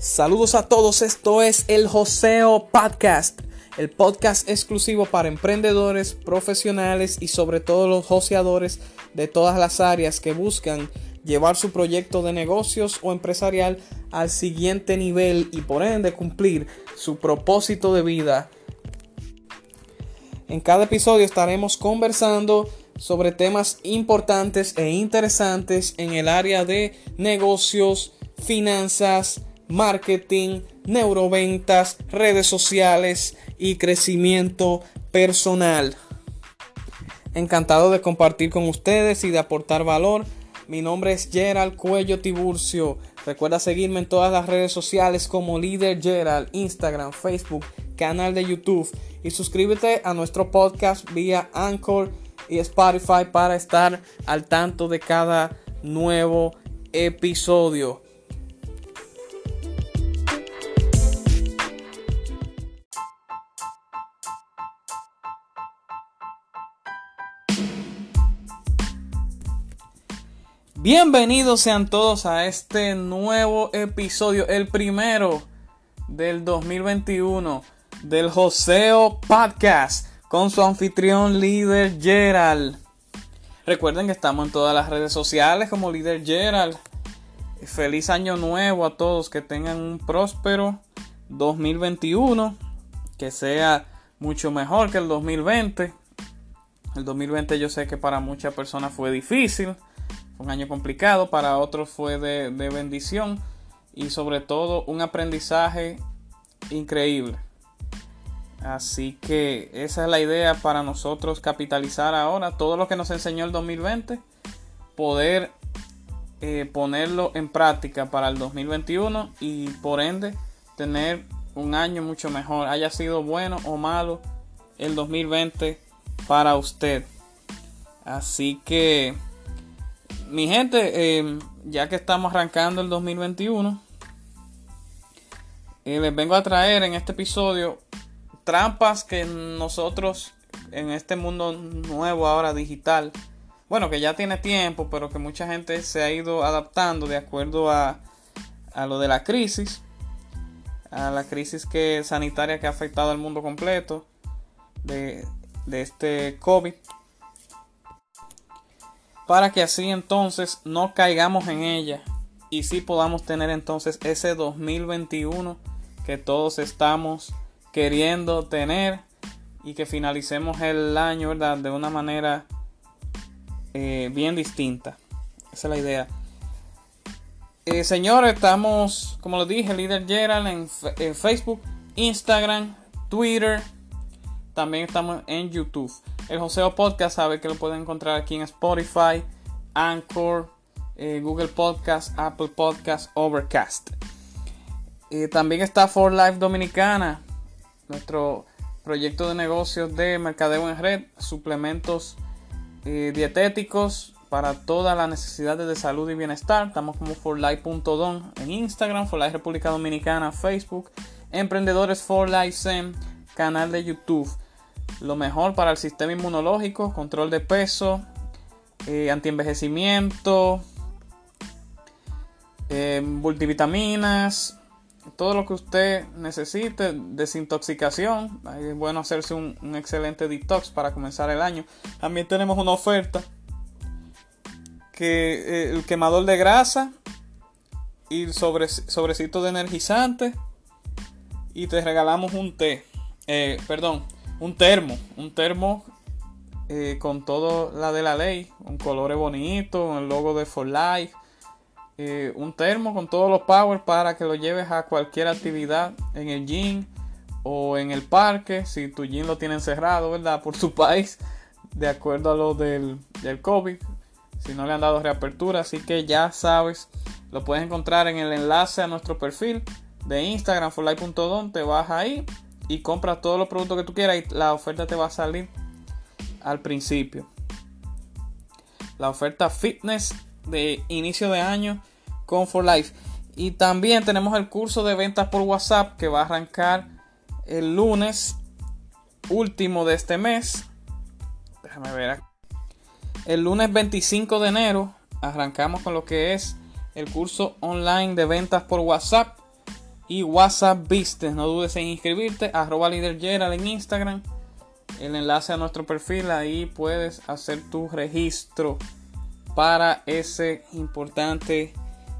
Saludos a todos, esto es el Joseo Podcast, el podcast exclusivo para emprendedores, profesionales y sobre todo los joseadores de todas las áreas que buscan llevar su proyecto de negocios o empresarial al siguiente nivel y por ende cumplir su propósito de vida. En cada episodio estaremos conversando sobre temas importantes e interesantes en el área de negocios, finanzas, marketing, neuroventas, redes sociales y crecimiento personal. Encantado de compartir con ustedes y de aportar valor. Mi nombre es Gerald Cuello Tiburcio. Recuerda seguirme en todas las redes sociales como Líder Gerald, Instagram, Facebook, canal de YouTube y suscríbete a nuestro podcast vía Anchor y Spotify para estar al tanto de cada nuevo episodio. Bienvenidos sean todos a este nuevo episodio, el primero del 2021 del Joseo Podcast con su anfitrión Líder Gerald. Recuerden que estamos en todas las redes sociales como Líder Gerald. Feliz año nuevo a todos, que tengan un próspero 2021, que sea mucho mejor que el 2020. El 2020 yo sé que para muchas personas fue difícil. Fue un año complicado, para otros fue de bendición y sobre todo un aprendizaje increíble. Así que esa es la idea para nosotros, capitalizar ahora todo lo que nos enseñó el 2020, poder ponerlo en práctica para el 2021 y por ende tener un año mucho mejor, haya sido bueno o malo el 2020 para usted. Así que mi gente, ya que estamos arrancando el 2021, les vengo a traer en este episodio trampas que nosotros en este mundo nuevo ahora digital, bueno, que ya tiene tiempo, pero que mucha gente se ha ido adaptando de acuerdo a lo de la crisis, a la crisis sanitaria que ha afectado al mundo completo de este COVID. Para que así entonces no caigamos en ella y sí podamos tener entonces ese 2021 que todos estamos queriendo tener y que finalicemos el año, ¿verdad?, de una manera bien distinta. Esa es la idea. Señores, estamos, como les dije, Líder Gerald en Facebook, Instagram, Twitter. También estamos en YouTube. El Joseo Podcast sabe que lo pueden encontrar aquí en Spotify, Anchor, Google Podcast, Apple Podcast, Overcast. También está For Life Dominicana, nuestro proyecto de negocios de mercadeo en red, suplementos dietéticos para todas las necesidades de salud y bienestar. Estamos como forlife.don en Instagram, For Life República Dominicana, Facebook, Emprendedores For Life Zen, canal de YouTube. Lo mejor para el sistema inmunológico, control de peso, antienvejecimiento, multivitaminas, todo lo que usted necesite, desintoxicación. Es bueno hacerse un excelente detox para comenzar el año. También tenemos una oferta que el quemador de grasa y sobrecito de energizante, y te regalamos un termo con todo la de la ley, un color bonito, el logo de For Life, un termo con todos los power para que lo lleves a cualquier actividad en el gym o en el parque, si tu gym lo tienen cerrado, ¿verdad?, por su país, de acuerdo a lo del COVID, si no le han dado reapertura. Así que ya sabes, lo puedes encontrar en el enlace a nuestro perfil de Instagram, forlife.don. Te vas ahí y compras todos los productos que tú quieras y la oferta te va a salir al principio. La oferta fitness de inicio de año con For Life. Y también tenemos el curso de ventas por WhatsApp que va a arrancar el lunes último de este mes. Déjame ver aquí. El lunes 25 de enero arrancamos con lo que es el curso online de ventas por WhatsApp y WhatsApp Business. No dudes en inscribirte, @LeaderGerald en Instagram. El enlace a nuestro perfil, ahí puedes hacer tu registro para ese importante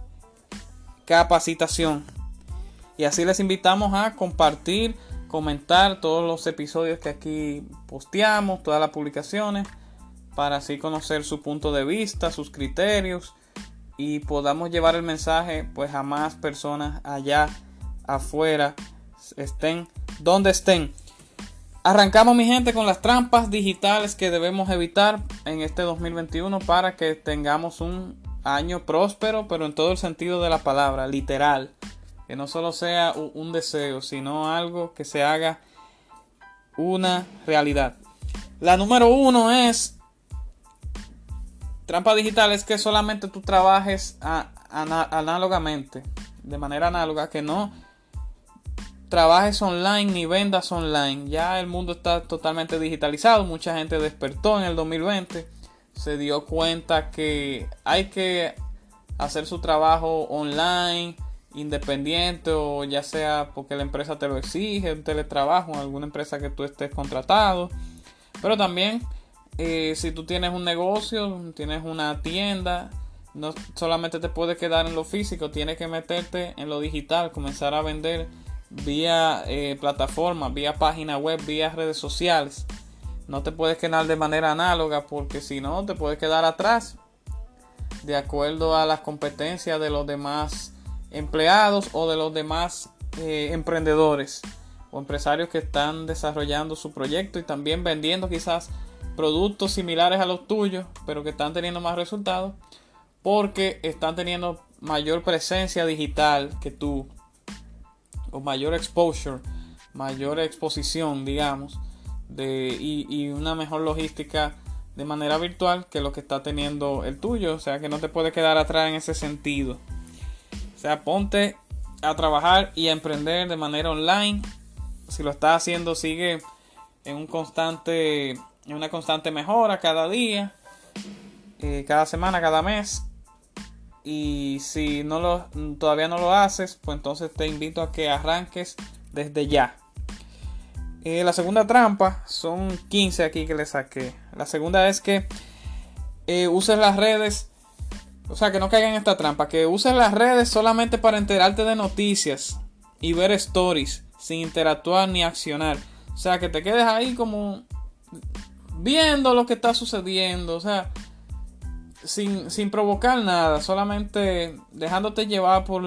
capacitación. Y así les invitamos a compartir, comentar todos los episodios que aquí posteamos, todas las publicaciones, para así conocer su punto de vista, sus criterios, y podamos llevar el mensaje pues a más personas allá afuera, estén donde estén. Arrancamos, mi gente, con las trampas digitales que debemos evitar en este 2021 para que tengamos un año próspero, pero en todo el sentido de la palabra, literal. Que no solo sea un deseo, sino algo que se haga una realidad. La número 1 es trampa digital, es que solamente tú trabajes análogamente, de manera análoga, que no trabajes online ni vendas online. Ya el mundo está totalmente digitalizado. Mucha gente despertó en el 2020, se dio cuenta que hay que hacer su trabajo online, independiente, o ya sea porque la empresa te lo exige, un teletrabajo en alguna empresa que tú estés contratado. Pero también si tú tienes un negocio, tienes una tienda, no solamente te puedes quedar en lo físico, tienes que meterte en lo digital, comenzar a vender vía plataforma, vía página web, vía redes sociales. No te puedes quedar de manera análoga, porque si no te puedes quedar atrás de acuerdo a las competencias de los demás empleados o de los demás emprendedores o empresarios que están desarrollando su proyecto y también vendiendo quizás productos similares a los tuyos, pero que están teniendo más resultados porque están teniendo mayor presencia digital que tú, o mayor exposure, mayor exposición, digamos, y una mejor logística de manera virtual que lo que está teniendo el tuyo. O sea que no te puedes quedar atrás en ese sentido. O sea, ponte a trabajar y a emprender de manera online. Si lo estás haciendo, sigue en una constante mejora cada día, cada semana, cada mes. Y si todavía no lo haces, pues entonces te invito a que arranques desde ya. La segunda trampa, son 15 aquí que le saqué. La segunda es que uses las redes. O sea, que no caigan en esta trampa, que uses las redes solamente para enterarte de noticias y ver stories, sin interactuar ni accionar. O sea, que te quedes ahí como viendo lo que está sucediendo, o sea, sin provocar nada, solamente dejándote llevar por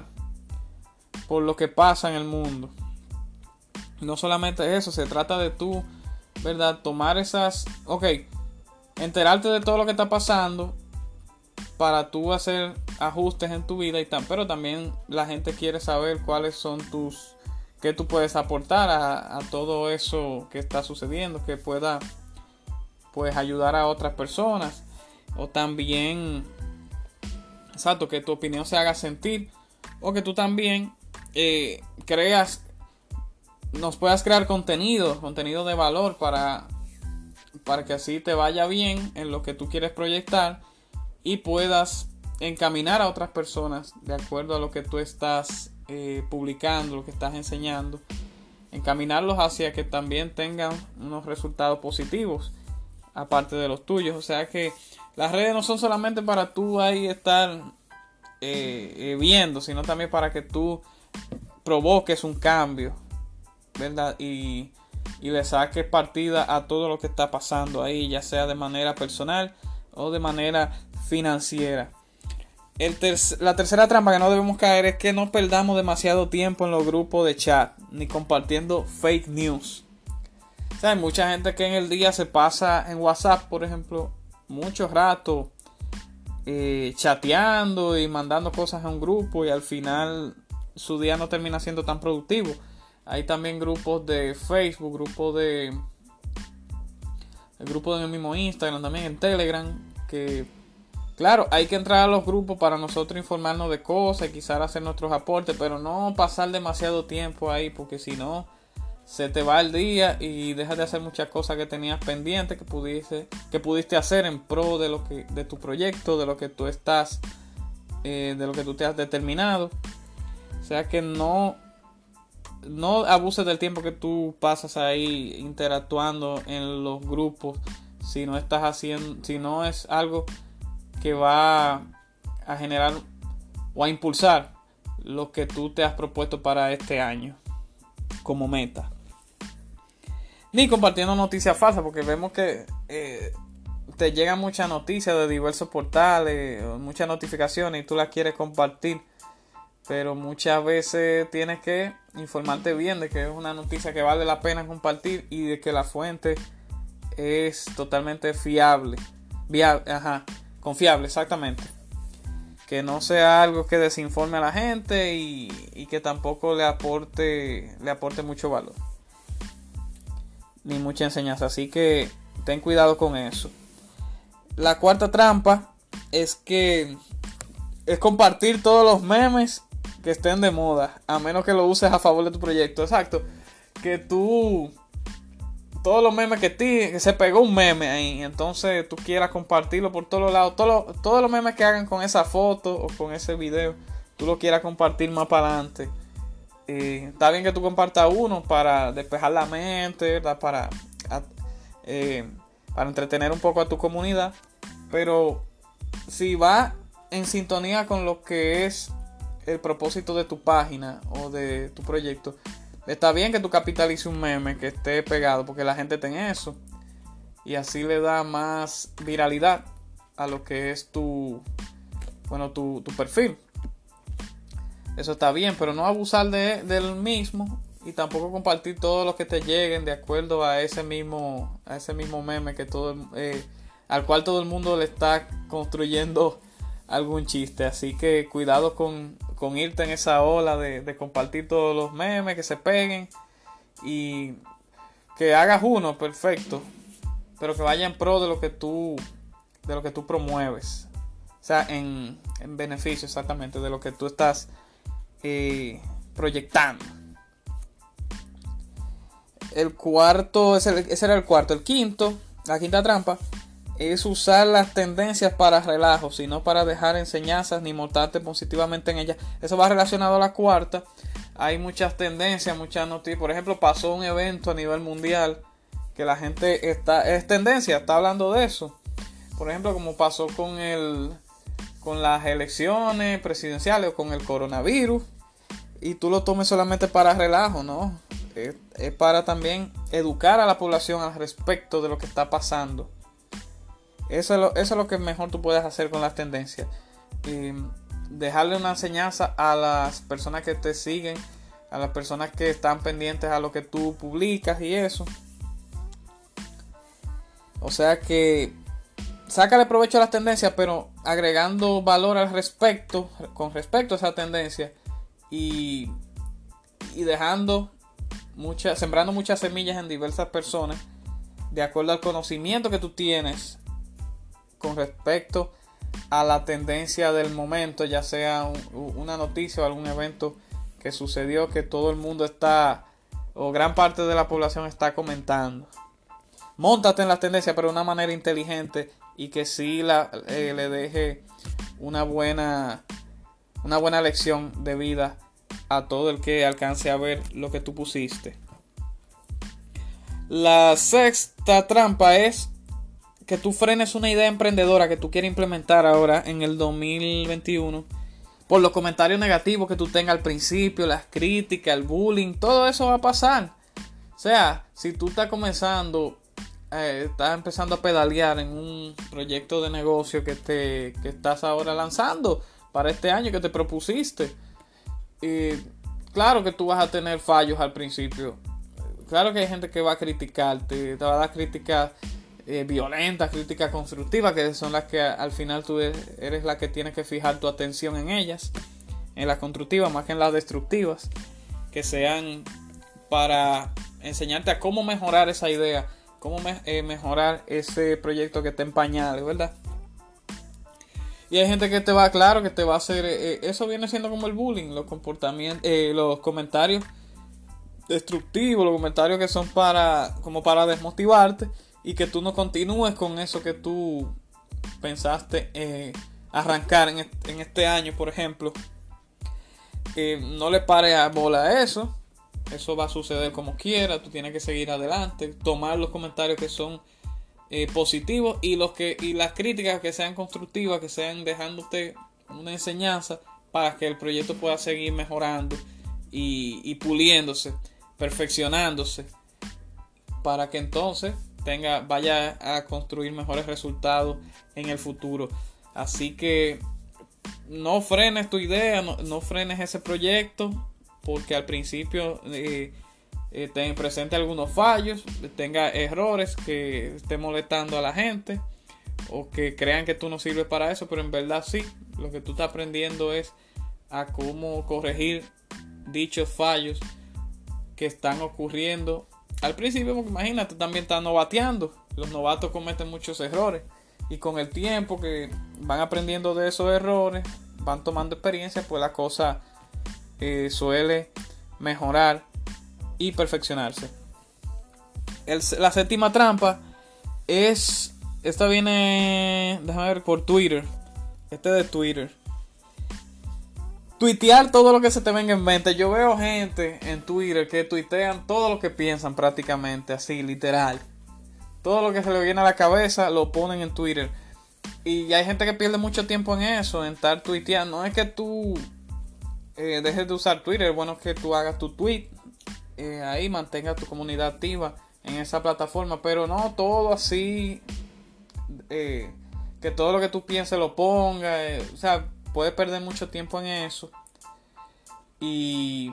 lo que pasa en el mundo. No solamente eso, se trata de tú, ¿verdad? Tomar enterarte de todo lo que está pasando para tú hacer ajustes en tu vida pero también la gente quiere saber cuáles son qué tú puedes aportar a todo eso que está sucediendo, que pueda pues ayudar a otras personas, o también que tu opinión se haga sentir, o que tú también nos puedas crear contenido de valor para que así te vaya bien en lo que tú quieres proyectar y puedas encaminar a otras personas de acuerdo a lo que tú estás publicando, lo que estás enseñando, encaminarlos hacia que también tengan unos resultados positivos aparte de los tuyos. O sea que las redes no son solamente para tú ahí estar viendo, sino también para que tú provoques un cambio, ¿verdad? Y le saques partida a todo lo que está pasando ahí, ya sea de manera personal o de manera financiera. La tercera trampa que no debemos caer es que no perdamos demasiado tiempo en los grupos de chat ni compartiendo fake news. O sea, hay mucha gente que en el día se pasa en WhatsApp, por ejemplo, mucho rato chateando y mandando cosas a un grupo, y al final su día no termina siendo tan productivo. Hay también grupos de Facebook, grupos en el mismo Instagram, también en Telegram, que claro, hay que entrar a los grupos para nosotros informarnos de cosas y quizás hacer nuestros aportes, pero no pasar demasiado tiempo ahí, porque si no se te va el día y dejas de hacer muchas cosas que tenías pendientes, que pudiste hacer en pro de tu proyecto, de lo que tú te has determinado. O sea que no abuses del tiempo que tú pasas ahí interactuando en los grupos si no estás haciendo, si no es algo que va a generar o a impulsar lo que tú te has propuesto para este año como meta. Ni compartiendo noticias falsas, porque vemos que te llegan muchas noticias de diversos portales, muchas notificaciones y tú las quieres compartir, pero muchas veces tienes que informarte bien de que es una noticia que vale la pena compartir y de que la fuente es totalmente confiable, exactamente. Que no sea algo que desinforme a la gente y que tampoco le aporte mucho valor ni mucha enseñanza. Así que ten cuidado con eso. La cuarta trampa es compartir todos los memes que estén de moda, a menos que lo uses a favor de tu proyecto. Exacto. Que todos los memes que se pegó un meme ahí, entonces tú quieras compartirlo por todos lados, todos los memes que hagan con esa foto o con ese video, tú lo quieras compartir más para adelante. Está bien que tú compartas uno para despejar la mente, ¿verdad? Para entretener un poco a tu comunidad, pero si va en sintonía con lo que es el propósito de tu página o de tu proyecto, está bien que tú capitalices un meme que esté pegado, porque la gente tiene eso y así le da más viralidad a lo que es tu perfil. Eso está bien, pero no abusar del mismo y tampoco compartir todos los que te lleguen de acuerdo a ese mismo meme al cual todo el mundo le está construyendo algún chiste. Así que cuidado con irte en esa ola de compartir todos los memes que se peguen, y que hagas uno perfecto, pero que vaya en pro de lo que tú promueves, o sea, en beneficio exactamente de lo que tú estás proyectando. El cuarto, ese era el cuarto. La quinta trampa es usar las tendencias para relajo, sino para dejar enseñanzas ni mostrarte positivamente en ellas. Eso va relacionado a la cuarta. Hay muchas tendencias, muchas noticias. Por ejemplo, pasó un evento a nivel mundial que la gente es tendencia, está hablando de eso. Por ejemplo, como pasó con las elecciones presidenciales o con el coronavirus, y tú lo tomes solamente para relajo, ¿no? Es para también educar a la población al respecto de lo que está pasando. Eso es lo que mejor tú puedes hacer con las tendencias. Dejarle una enseñanza a las personas que te siguen, a las personas que están pendientes a lo que tú publicas y eso. O sea que sácale provecho a las tendencias, pero agregando valor con respecto a esa tendencia, y sembrando muchas semillas en diversas personas de acuerdo al conocimiento que tú tienes con respecto a la tendencia del momento, ya sea una noticia o algún evento que sucedió que todo el mundo o gran parte de la población está comentando. Móntate en las tendencias, pero de una manera inteligente, y que sí le deje una buena lección de vida a todo el que alcance a ver lo que tú pusiste. La sexta trampa es que tú frenes una idea emprendedora que tú quieres implementar ahora en el 2021 por los comentarios negativos que tú tengas al principio, las críticas, el bullying, todo eso va a pasar. O sea, si tú estás empezando a pedalear en un proyecto de negocio que estás ahora lanzando para este año que te propusiste, claro que tú vas a tener fallos al principio. Claro que hay gente que va a criticarte, te va a dar críticas violentas, críticas constructivas, que son las que al final tú eres la que tienes que fijar tu atención en ellas, en las constructivas más que en las destructivas, que sean para enseñarte a cómo mejorar esa idea, cómo mejorar ese proyecto que está en pañales, ¿verdad? Y hay gente que te va a hacer, eso viene siendo como el bullying, los comentarios destructivos, los comentarios que son como para desmotivarte y que tú no continúes con eso que tú pensaste arrancar en este año, por ejemplo. no le pares a bola a eso. Eso va a suceder como quiera. Tú tienes que seguir adelante, tomar los comentarios que son positivos y las críticas que sean constructivas, que sean dejándote una enseñanza para que el proyecto pueda seguir mejorando y puliéndose, perfeccionándose, para que entonces vaya a construir mejores resultados en el futuro. Así que no frenes tu idea, no frenes ese proyecto, porque al principio te presente algunos fallos, tenga errores que esté molestando a la gente o que crean que tú no sirves para eso, pero en verdad sí, lo que tú estás aprendiendo es a cómo corregir dichos fallos que están ocurriendo al principio, porque imagínate, también estás novateando. Los novatos cometen muchos errores y con el tiempo que van aprendiendo de esos errores, van tomando experiencia, pues la cosa suele mejorar y perfeccionarse. La séptima trampa esta viene, déjame ver, por Twitter. De Twitter. Tuitear todo lo que se te venga en mente. Yo veo gente en Twitter que tuitean todo lo que piensan prácticamente, así, literal. Todo lo que se le viene a la cabeza lo ponen en Twitter. Y hay gente que pierde mucho tiempo en eso, en estar tuiteando. No es que tú dejes de usar Twitter, es bueno que tú hagas tu tweet. Ahí mantenga tu comunidad activa en esa plataforma, pero no todo así, que todo lo que tú pienses lo pongas. O sea, puedes perder mucho tiempo en eso y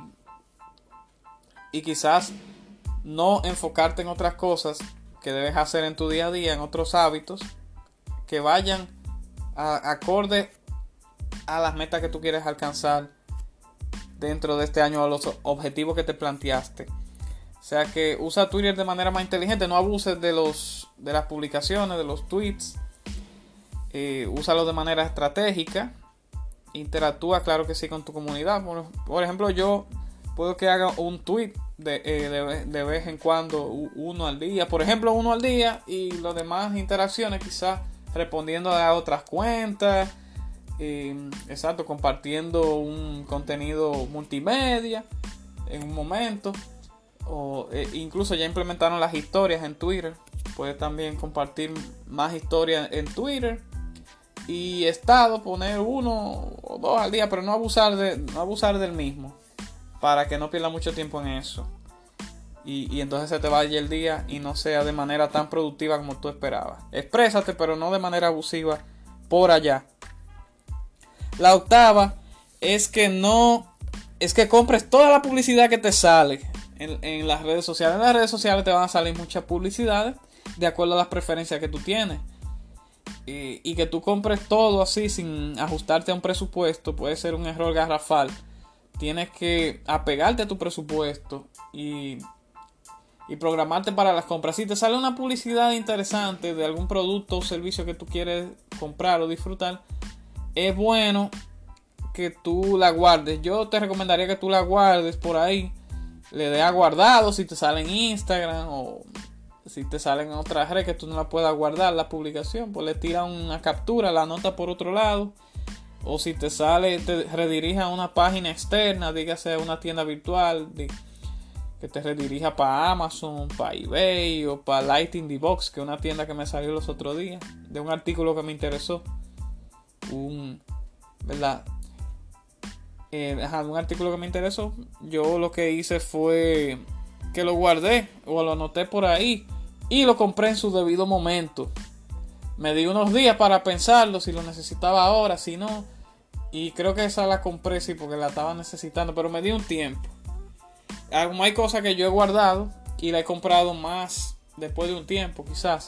quizás no enfocarte en otras cosas que debes hacer en tu día a día, en otros hábitos que vayan acorde a las metas que tú quieres alcanzar dentro de este año, a los objetivos que te planteaste. O sea que usa Twitter de manera más inteligente, no abuses de las publicaciones, de los tweets. Úsalo de manera estratégica. Interactúa, claro que sí, con tu comunidad. Por ejemplo, yo puedo que haga un tweet de vez en cuando, uno al día. Por ejemplo, uno al día, y las demás interacciones quizás respondiendo a otras cuentas. Exacto, compartiendo un contenido multimedia en un momento. O incluso ya implementaron las historias en Twitter. Puedes también compartir más historias en Twitter. Y poner uno o dos al día, pero no abusar del mismo, para que no pierda mucho tiempo en eso. Y entonces se te vaya el día y no sea de manera tan productiva como tú esperabas. Exprésate, pero no de manera abusiva por allá. La octava es que compres toda la publicidad que te sale en las redes sociales. En las redes sociales te van a salir muchas publicidades de acuerdo a las preferencias que tú tienes. Y que tú compres todo así sin ajustarte a un presupuesto puede ser un error garrafal. Tienes que apegarte a tu presupuesto y programarte para las compras. Si te sale una publicidad interesante de algún producto o servicio que tú quieres comprar o disfrutar, es bueno que tú la guardes. Yo te recomendaría que tú la guardes por ahí, le des a guardado si te sale en Instagram, o si te salen en otras redes que tú no la puedas guardar la publicación, pues le tira una captura, la anota por otro lado. O si te sale, te redirige a una página externa, dígase una tienda virtual, que te redirija para Amazon, para eBay o para Light in the Box, que es una tienda que me salió los otros días, de un artículo que me interesó. ¿Verdad? Un artículo que me interesó. Yo lo que hice fue que lo guardé o lo anoté por ahí y lo compré en su debido momento. Me di unos días para pensarlo, si lo necesitaba ahora, si no. Y creo que esa la compré sí porque la estaba necesitando, pero me di un tiempo. Como hay cosas que yo he guardado y la he comprado más después de un tiempo, quizás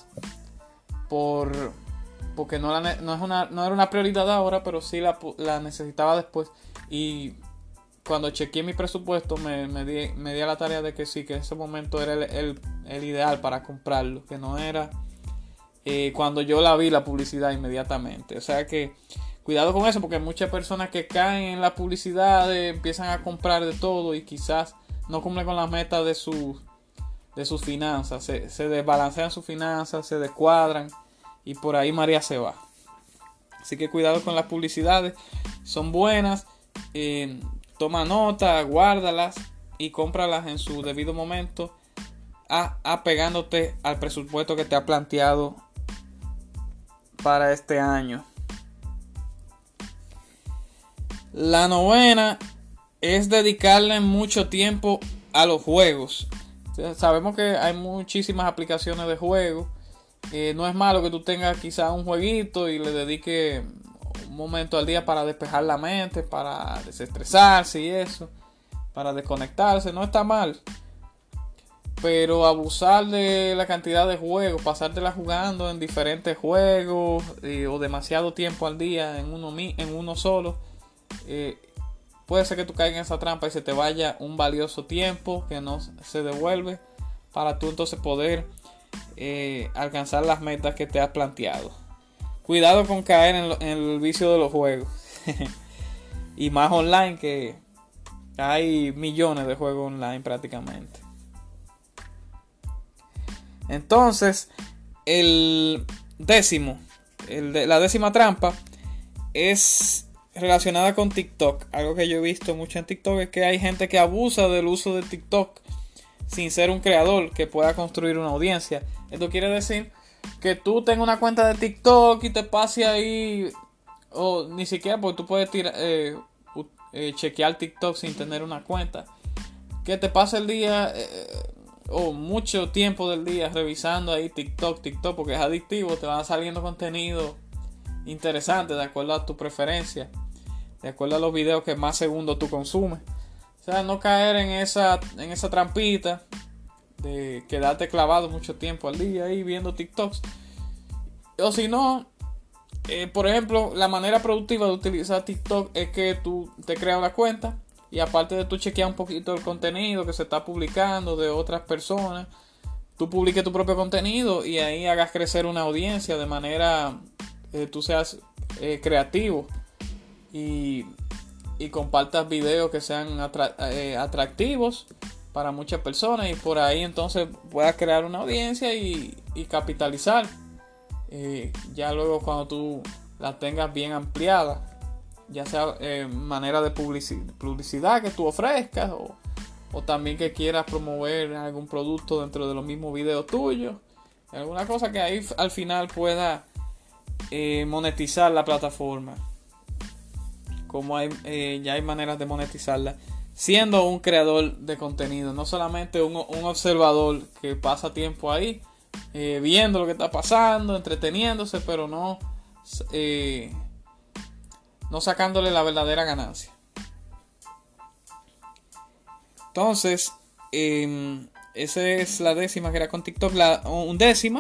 porque no era una prioridad ahora, pero sí la necesitaba después. Y cuando chequeé mi presupuesto me di a la tarea de que sí, que ese momento era el ideal para comprarlo, que no era cuando yo la vi la publicidad inmediatamente. O sea que cuidado con eso, porque hay muchas personas que caen en la publicidad, empiezan a comprar de todo y quizás no cumplen con las metas de sus finanzas, se desbalancean sus finanzas, se descuadran y por ahí María se va. Así que cuidado con las publicidades, son buenas, toma nota, guárdalas y cómpralas en su debido momento, apegándote al presupuesto que te ha planteado para este año. La novena es dedicarle mucho tiempo a los juegos. Sabemos que hay muchísimas aplicaciones de juegos. No es malo que tú tengas quizás un jueguito y le dediques un momento al día para despejar la mente, para desestresarse y eso, para desconectarse. No está mal. Pero abusar de la cantidad de juegos, pasártela jugando en diferentes juegos o demasiado tiempo al día en uno solo, puede ser que tú caigas en esa trampa y se te vaya un valioso tiempo que no se devuelve para tú entonces poder alcanzar las metas que te has planteado. Cuidado con caer en el vicio de los juegos. Y más online, que hay millones de juegos online prácticamente. Entonces, la décima trampa es relacionada con TikTok. Algo que yo he visto mucho en TikTok es que hay gente que abusa del uso de TikTok sin ser un creador que pueda construir una audiencia. Esto quiere decir que tú tengas una cuenta de TikTok y te pase ahí, o ni siquiera, porque tú puedes chequear TikTok sin tener una cuenta. Que te pase el día o mucho tiempo del día revisando ahí TikTok, porque es adictivo. Te van saliendo contenido interesante de acuerdo a tu preferencia, de acuerdo a los videos que más segundos tú consumes. O sea, no caer en esa trampita de quedarte clavado mucho tiempo al día ahí viendo TikToks. O si no, por ejemplo, la manera productiva de utilizar TikTok es que tú te creas una cuenta y aparte de tú chequear un poquito el contenido que se está publicando de otras personas, tú publiques tu propio contenido y ahí hagas crecer una audiencia de manera tú seas creativo y compartas videos que sean atractivos para muchas personas, y por ahí entonces puedas crear una audiencia y capitalizar ya luego cuando tú la tengas bien ampliada, ya sea manera de publicidad que tú ofrezcas o también que quieras promover algún producto dentro de los mismos videos tuyos, alguna cosa que ahí al final pueda monetizar la plataforma. Como ya hay maneras de monetizarla siendo un creador de contenido, no solamente un observador que pasa tiempo ahí viendo lo que está pasando, entreteniéndose, pero no sacándole la verdadera ganancia. Entonces, esa es la décima, que era con TikTok. La undécima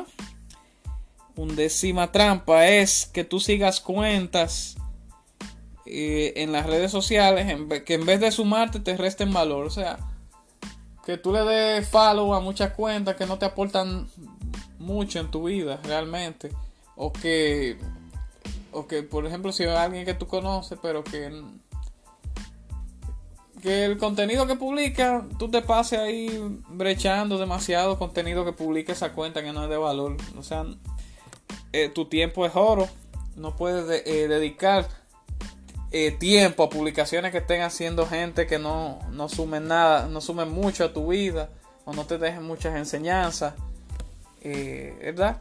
trampa es que tú sigas cuentas en las redes sociales que en vez de sumarte te resten valor. O sea, que tú le des follow a muchas cuentas que no te aportan mucho en tu vida realmente, o que por ejemplo, si hay alguien que tú conoces pero que el contenido que publica, tú te pases ahí brechando demasiado contenido que publica esa cuenta que no es de valor. O sea, tu tiempo es oro. No puedes dedicar tiempo a publicaciones que estén haciendo gente que no sumen nada, no sumen mucho a tu vida, o no te dejen muchas enseñanzas, ¿verdad?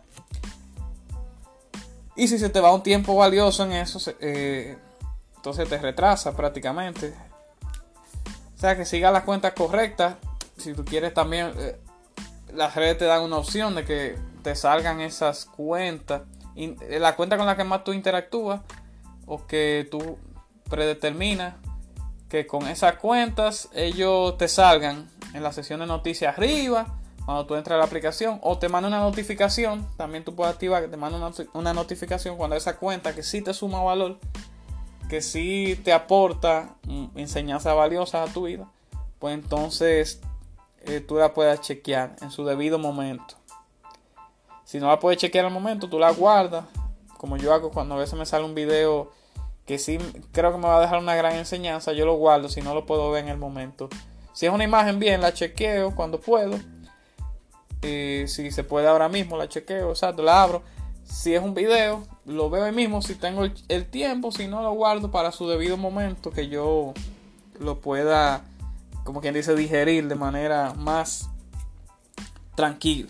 Y si se te va un tiempo valioso en eso, entonces te retrasa prácticamente. O sea, que siga las cuentas correctas. Si tú quieres también, las redes te dan una opción de que te salgan esas cuentas, la cuenta con la que más tú interactúas, o que tú predeterminas que con esas cuentas ellos te salgan en la sección de noticias arriba cuando tú entras a la aplicación, o te manda una notificación. También tú puedes activar que te manda una notificación cuando esa cuenta que sí te suma valor, que sí te aporta enseñanzas valiosas a tu vida, pues entonces tú la puedas chequear en su debido momento. Si no la puedes chequear al momento, tú la guardas, como yo hago cuando a veces me sale un video que sí creo que me va a dejar una gran enseñanza. Yo lo guardo si no lo puedo ver en el momento. Si es una imagen, bien, la chequeo cuando puedo. Si se puede ahora mismo, la chequeo, exacto, la abro. Si es un video, lo veo ahí mismo si tengo el tiempo. Si no, lo guardo para su debido momento, que yo lo pueda, como quien dice, digerir de manera más tranquila.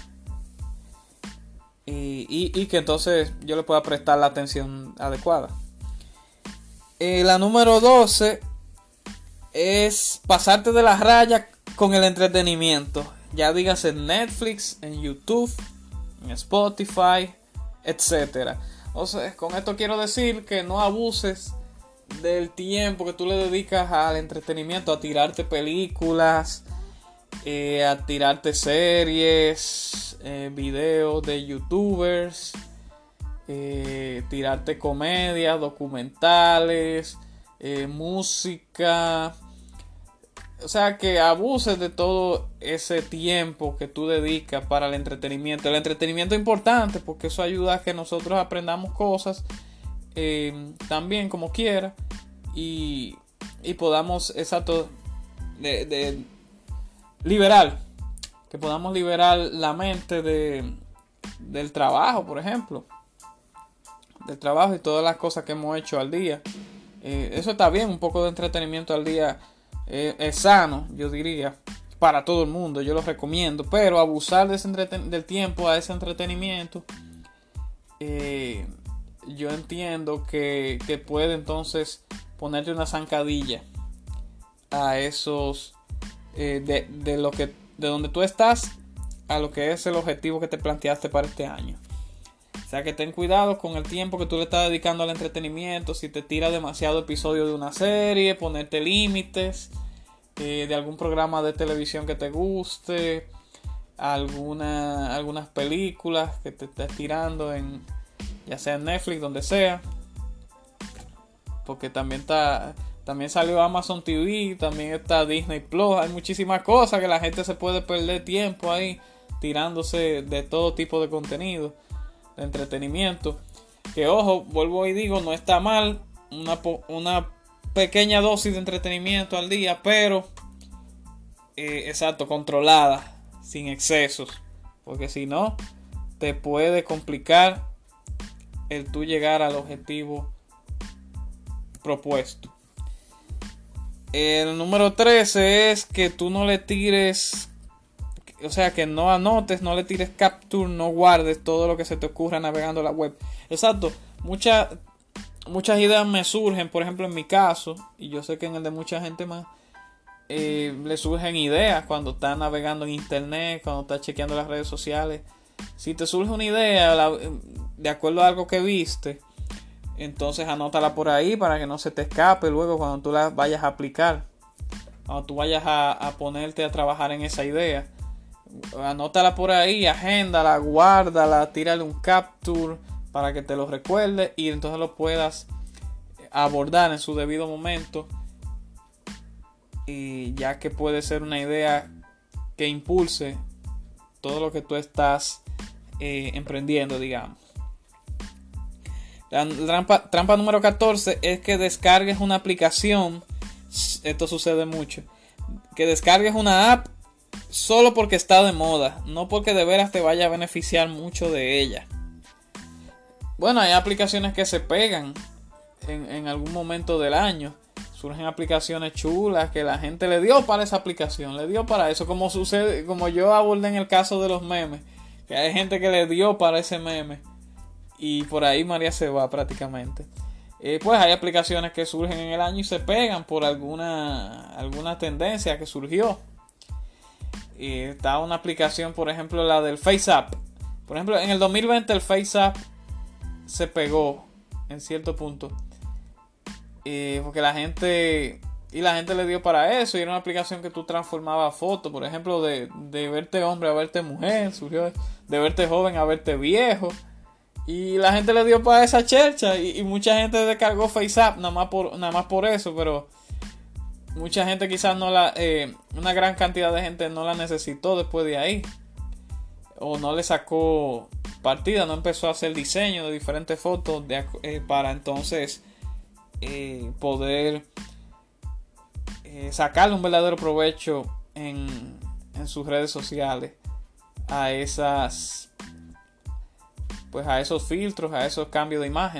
Y que entonces yo le pueda prestar la atención adecuada. La número 12 es pasarte de la raya con el entretenimiento. Ya digas en Netflix, en YouTube, en Spotify, etcétera. O sea, con esto quiero decir que no abuses del tiempo que tú le dedicas al entretenimiento, a tirarte películas, a tirarte series, videos de youtubers, tirarte comedias, documentales, música. O sea, que abuses de todo ese tiempo que tú dedicas para el entretenimiento. El entretenimiento es importante porque eso ayuda a que nosotros aprendamos cosas también como quiera y podamos, exacto, de liberar, que podamos liberar la mente del trabajo, por ejemplo, del trabajo y todas las cosas que hemos hecho al día. Eso está bien, un poco de entretenimiento al día es sano, yo diría, para todo el mundo, yo lo recomiendo, pero abusar del tiempo a ese entretenimiento, yo entiendo que puede entonces ponerte una zancadilla a esos de donde tú estás a lo que es el objetivo que te planteaste para este año. O sea, que ten cuidado con el tiempo que tú le estás dedicando al entretenimiento. Si te tira demasiado episodio de una serie, ponerte límites, de algún programa de televisión que te guste, algunas películas que te estés tirando ya sea en Netflix, donde sea, porque también salió Amazon TV, también está Disney Plus. Hay muchísimas cosas que la gente se puede perder tiempo ahí tirándose de todo tipo de contenido de entretenimiento, que ojo, vuelvo y digo, no está mal una pequeña dosis de entretenimiento al día, pero exacto, controlada, sin excesos, porque si no te puede complicar el tú llegar al objetivo propuesto. El número 13 es que tú no le tires, o sea, que no anotes, no le tires capture, no guardes todo lo que se te ocurra navegando la web. Exacto, muchas ideas me surgen, por ejemplo en mi caso, y yo sé que en el de mucha gente más, le surgen ideas cuando estás navegando en internet, cuando estás chequeando las redes sociales. Si te surge una idea de acuerdo a algo que viste, entonces anótala por ahí para que no se te escape luego cuando tú la vayas a aplicar, cuando tú vayas a ponerte a trabajar en esa idea. Anótala por ahí, agéndala, guárdala, tírale un capture para que te lo recuerde y entonces lo puedas abordar en su debido momento, y ya que puede ser una idea que impulse todo lo que tú estás emprendiendo, digamos. La trampa número 14 es que descargues una aplicación. Esto sucede mucho. Que descargues una app solo porque está de moda, no porque de veras te vaya a beneficiar mucho de ella. Bueno, hay aplicaciones que se pegan en algún momento del año. Surgen aplicaciones chulas que la gente le dio para esa aplicación, le dio para eso, como sucede, como yo abordé en el caso de los memes, que hay gente que le dio para ese meme y por ahí María se va prácticamente. Pues hay aplicaciones que surgen en el año y se pegan por alguna tendencia que surgió. Está una aplicación, por ejemplo, la del FaceApp. Por ejemplo, en el 2020 el FaceApp se pegó en cierto punto. Porque la gente le dio para eso. Y era una aplicación que tú transformabas fotos. Por ejemplo, de verte hombre a verte mujer. Surgió de verte joven a verte viejo. Y la gente le dio para esa chercha. Y mucha gente descargó FaceApp nada más por eso. Pero mucha gente quizás una gran cantidad de gente no la necesitó después de ahí. O no le sacó partida. No empezó a hacer diseño de diferentes fotos para entonces poder sacarle un verdadero provecho en sus redes sociales a esos filtros, a esos cambios de imágenes.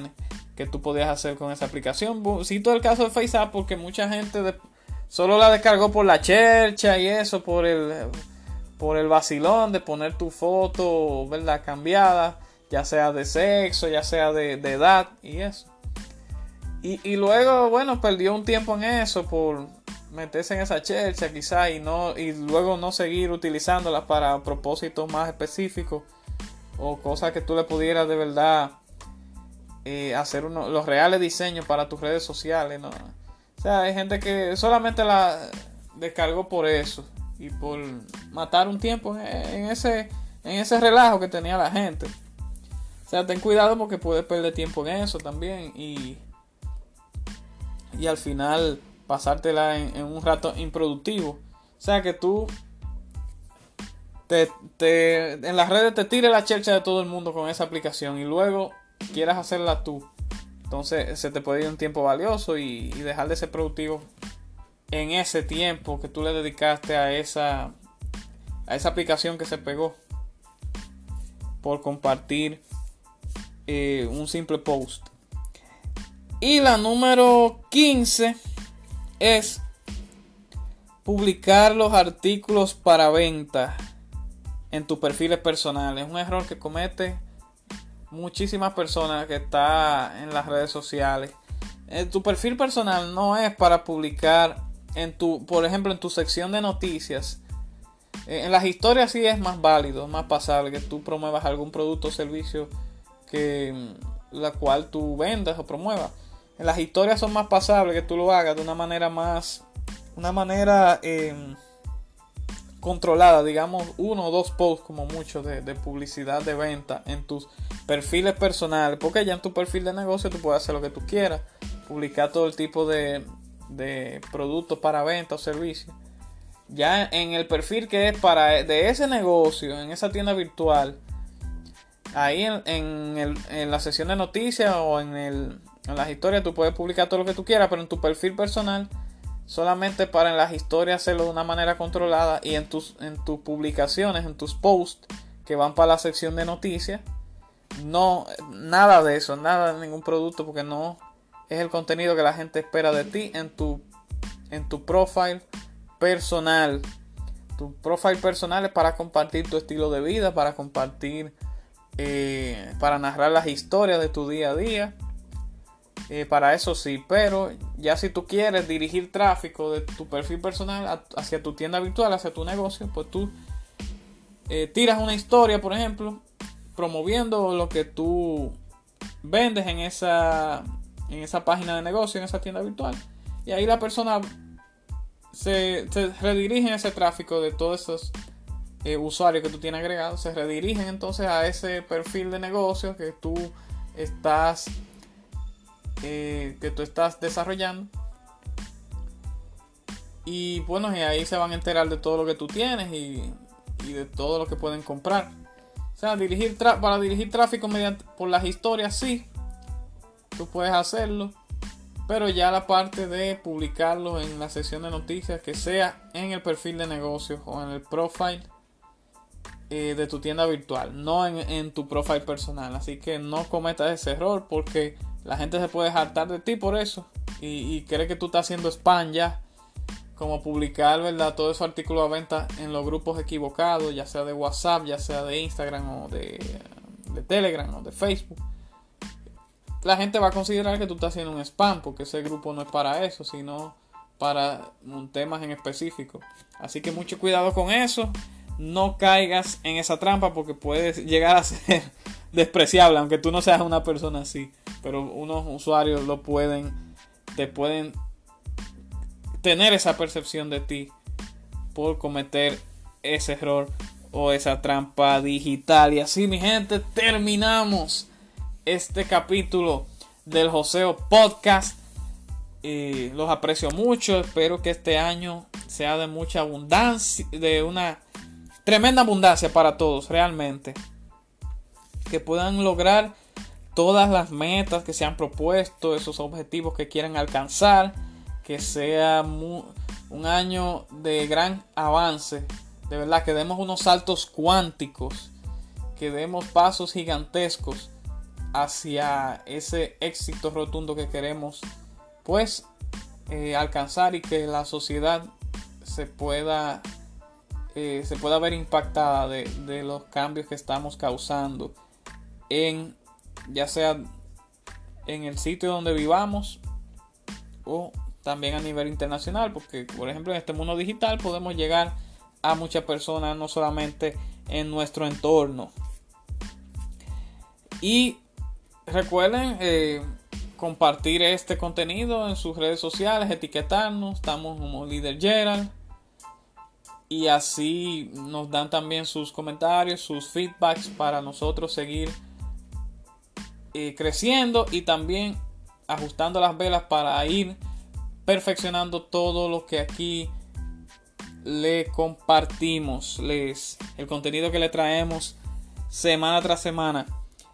que tú podías hacer con esa aplicación. Cito el caso de FaceApp porque mucha gente solo la descargó por la chercha y eso, por el vacilón de poner tu foto, ¿verdad?, cambiada, ya sea de sexo, ya sea de edad y eso. Y luego, bueno, perdió un tiempo en eso por meterse en esa chercha quizás y luego no seguir utilizándola para propósitos más específicos o cosas que tú le pudieras de verdad hacer los reales diseños para tus redes sociales, ¿no? O sea, hay gente que solamente la descargó por eso y por matar un tiempo en ese relajo que tenía la gente. O sea, ten cuidado porque puedes perder tiempo en eso también y al final pasártela en un rato improductivo. O sea, que tú en las redes te tires la chercha de todo el mundo con esa aplicación y luego quieras hacerla tú. Entonces se te puede ir un tiempo valioso y dejar de ser productivo en ese tiempo que tú le dedicaste a esa aplicación que se pegó por compartir un simple post. Y la número 15 es publicar los artículos para venta en tus perfiles personales. Es un error que comete muchísimas personas que está en las redes sociales. Tu perfil personal no es para publicar por ejemplo, en tu sección de noticias. En las historias sí es más válido, más pasable que tú promuevas algún producto o servicio que la cual tú vendas o promuevas. En las historias son más pasables que tú lo hagas de una manera controlada, digamos 1 o 2 posts como mucho de publicidad de venta en tus perfiles personales, porque ya en tu perfil de negocio tú puedes hacer lo que tú quieras, publicar todo el tipo de productos para venta o servicios. Ya en el perfil que es de ese negocio, en esa tienda virtual, ahí en la sección de noticias o en las historias tú puedes publicar todo lo que tú quieras, pero en tu perfil personal solamente para en las historias hacerlo de una manera controlada y en tus publicaciones, en tus posts que van para la sección de noticias, no, nada de eso, nada de ningún producto, porque no es el contenido que la gente espera de ti en tu profile personal. Tu profile personal es para compartir tu estilo de vida, para compartir, para narrar las historias de tu día a día. Para eso sí, pero ya si tú quieres dirigir tráfico de tu perfil personal hacia tu tienda virtual, hacia tu negocio, pues tú tiras una historia, por ejemplo, promoviendo lo que tú vendes en esa página de negocio, en esa tienda virtual, y ahí la persona se redirige ese tráfico de todos esos usuarios que tú tienes agregados, se redirigen entonces a ese perfil de negocio que tú estás desarrollando, y bueno, y ahí se van a enterar de todo lo que tú tienes y de todo lo que pueden comprar. O sea, para dirigir tráfico por las historias, sí, tú puedes hacerlo, pero ya la parte de publicarlo en la sección de noticias, que sea en el perfil de negocios o en el profile de tu tienda virtual, no en tu profile personal. Así que no cometas ese error, porque la gente se puede hartar de ti por eso y cree que tú estás haciendo spam ya, como publicar, ¿verdad?, todos esos artículos a venta en los grupos equivocados, ya sea de WhatsApp, ya sea de Instagram o de Telegram o de Facebook. La gente va a considerar que tú estás haciendo un spam, porque ese grupo no es para eso, sino para temas en específico. Así que mucho cuidado con eso. No caigas en esa trampa, porque puedes llegar a ser despreciable, aunque tú no seas una persona así. Pero unos usuarios te pueden tener esa percepción de ti por cometer ese error o esa trampa digital. Y así, mi gente, terminamos este capítulo del Joseo Podcast. Los aprecio mucho. Espero que este año sea de mucha abundancia, de una tremenda abundancia para todos, realmente. Que puedan lograr todas las metas que se han propuesto, esos objetivos que quieren alcanzar. Que sea un año de gran avance. De verdad, que demos unos saltos cuánticos. Que demos pasos gigantescos hacia ese éxito rotundo que queremos pues alcanzar, y que la sociedad se pueda ver impactada de los cambios que estamos causando, ya sea en el sitio donde vivamos o también a nivel internacional, porque por ejemplo en este mundo digital podemos llegar a muchas personas, no solamente en nuestro entorno. Y recuerden compartir este contenido en sus redes sociales, etiquetarnos, estamos como Líder Gerald, y así nos dan también sus comentarios, sus feedbacks para nosotros seguir creciendo y también ajustando las velas para ir perfeccionando todo lo que aquí le compartimos, el contenido que le traemos semana tras semana.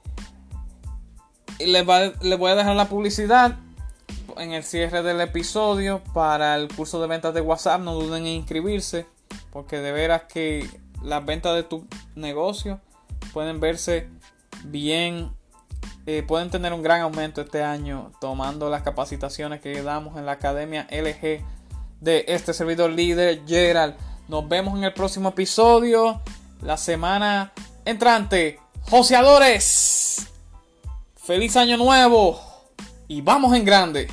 Les voy a dejar la publicidad en el cierre del episodio para el curso de ventas de WhatsApp. No duden en inscribirse, porque de veras que las ventas de tu negocio pueden verse bien, pueden tener un gran aumento este año tomando las capacitaciones que damos en la Academia LG de este servidor líder Gerald. Nos vemos en el próximo episodio la semana entrante. ¡Joseadores! ¡Feliz año nuevo! ¡Y vamos en grande!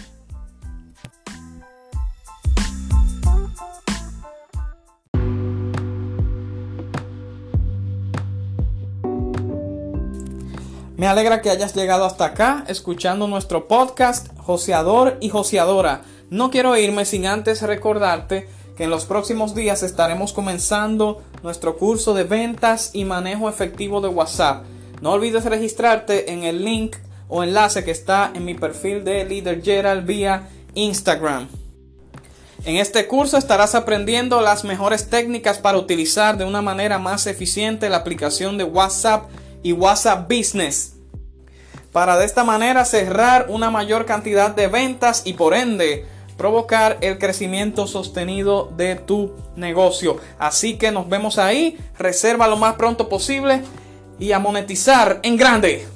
Me alegra que hayas llegado hasta acá escuchando nuestro podcast Joseador y Joseadora. No quiero irme sin antes recordarte que en los próximos días estaremos comenzando nuestro curso de ventas y manejo efectivo de WhatsApp. No olvides registrarte en el link o enlace que está en mi perfil de Líder Gerald vía Instagram. En este curso estarás aprendiendo las mejores técnicas para utilizar de una manera más eficiente la aplicación de WhatsApp y WhatsApp Business, para de esta manera cerrar una mayor cantidad de ventas y por ende provocar el crecimiento sostenido de tu negocio. Así que nos vemos ahí, reserva lo más pronto posible y a monetizar en grande.